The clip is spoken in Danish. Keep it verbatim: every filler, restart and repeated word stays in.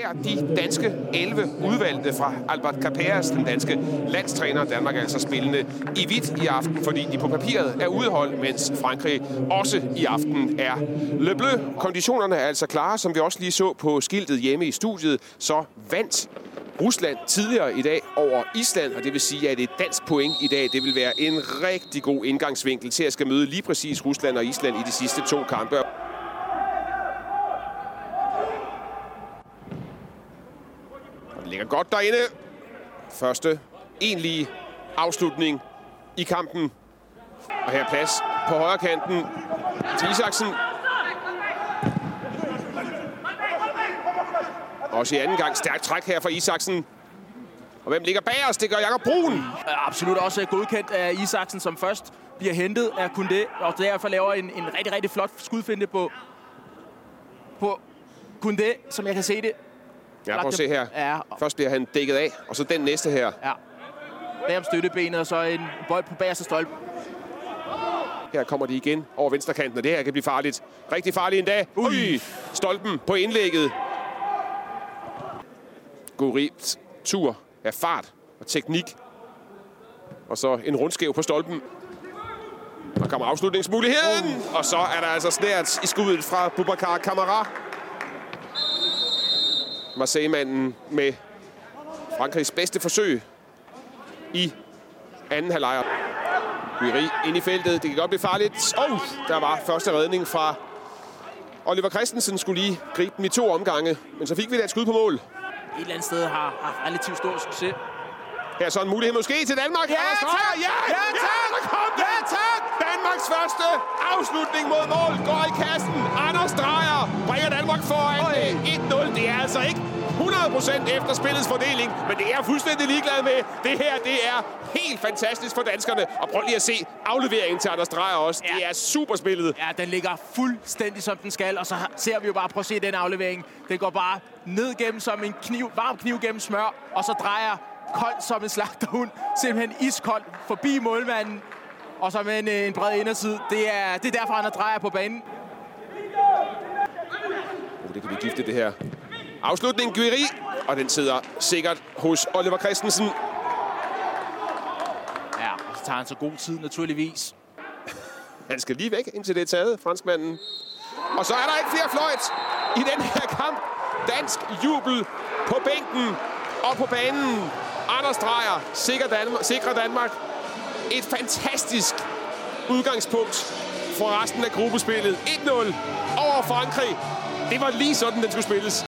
her de danske elleve udvalgte fra Albert Capers, den danske landstræner. Danmark er altså spillende i hvidt i aften, fordi de på papiret er udeholdt, mens Frankrig også i aften er Le Bleu. Konditionerne er altså klare, som vi også lige så på skiltet hjemme i studiet. Så vandt Rusland tidligere i dag over Island, og det vil sige, at et dansk point i dag, det vil være en rigtig god indgangsvinkel til at skal møde lige præcis Rusland og Island i de sidste to kampe. Det ligger godt derinde. Første egentlige afslutning i kampen. Og her er plads på højre kanten til Isaksen. Også i anden gang stærkt træk her fra Isaksen. Og hvem ligger bag os? Det gør Jakob Bruun. Absolut også godkendt af Isaksen, som først bliver hentet af Koundé. Og derfor laver en, en rigtig, rigtig flot skudfinte på, på Koundé, som jeg kan se det. Ja, prøv at se her. Ja. Først bliver han dækket af, og så den næste her. Ja. Bag om støttebenet, og så en bold på bagerste stolpe. Her kommer de igen over venstrekanten, og det her kan blive farligt. Rigtig farligt endda. Ui! Stolpen på indlægget. Gouris tur af fart og teknik. Og så en rundskæv på stolpen. Der kommer afslutningsmuligheden. Og så er der altså snært i skuddet fra Boubacar Kamara. Marseille-manden med Frankrigs bedste forsøg i anden halvleg. Gouris ind i feltet. Det kan godt blive farligt. Oh, der var første redning fra Oliver Christensen. Skulle lige gribe den i to omgange. Men så fik vi da et skud på mål. Et eller andet sted har, har relativt stor succes. Her er så en mulighed måske til Danmark. Ja, tak! Ja, ja, tak! der kom den! Ja, tak! Danmarks første afslutning mod mål går i kassen. Anders Dreyer bringer Danmark foran et nul. Det er altså ikke hundrede procent efter spillets fordeling, men det er jeg fuldstændig ligeglad med. Det her, det er helt fantastisk for danskerne. Og prøv lige at se afleveringen til Anders Dreyer også. Ja. Det er superspillet. Ja, den ligger fuldstændig som den skal, og så ser vi jo bare, prøv at se den aflevering. Den går bare ned gennem som en kniv, varm kniv gennem smør, og så drejer koldt som en slagterhund. Simpelthen iskoldt forbi målmanden, og så med en, en bred inderside. Det er, det er derfor, han er drejer på banen. Oh, det kan vi gifte, det her. Afslutning Gouris, og den sidder sikkert hos Oliver Christensen. Ja, og så tager han så god tid, naturligvis. Han skal lige væk, indtil det er taget, franskmanden. Og så er der ikke flere fløjt i den her kamp. Dansk jubel på bænken og på banen. Anders Dreyer sikrer Danmark, sikrer Danmark et fantastisk udgangspunkt for resten af gruppespillet. et nul over Frankrig. Det var lige sådan, den skulle spilles.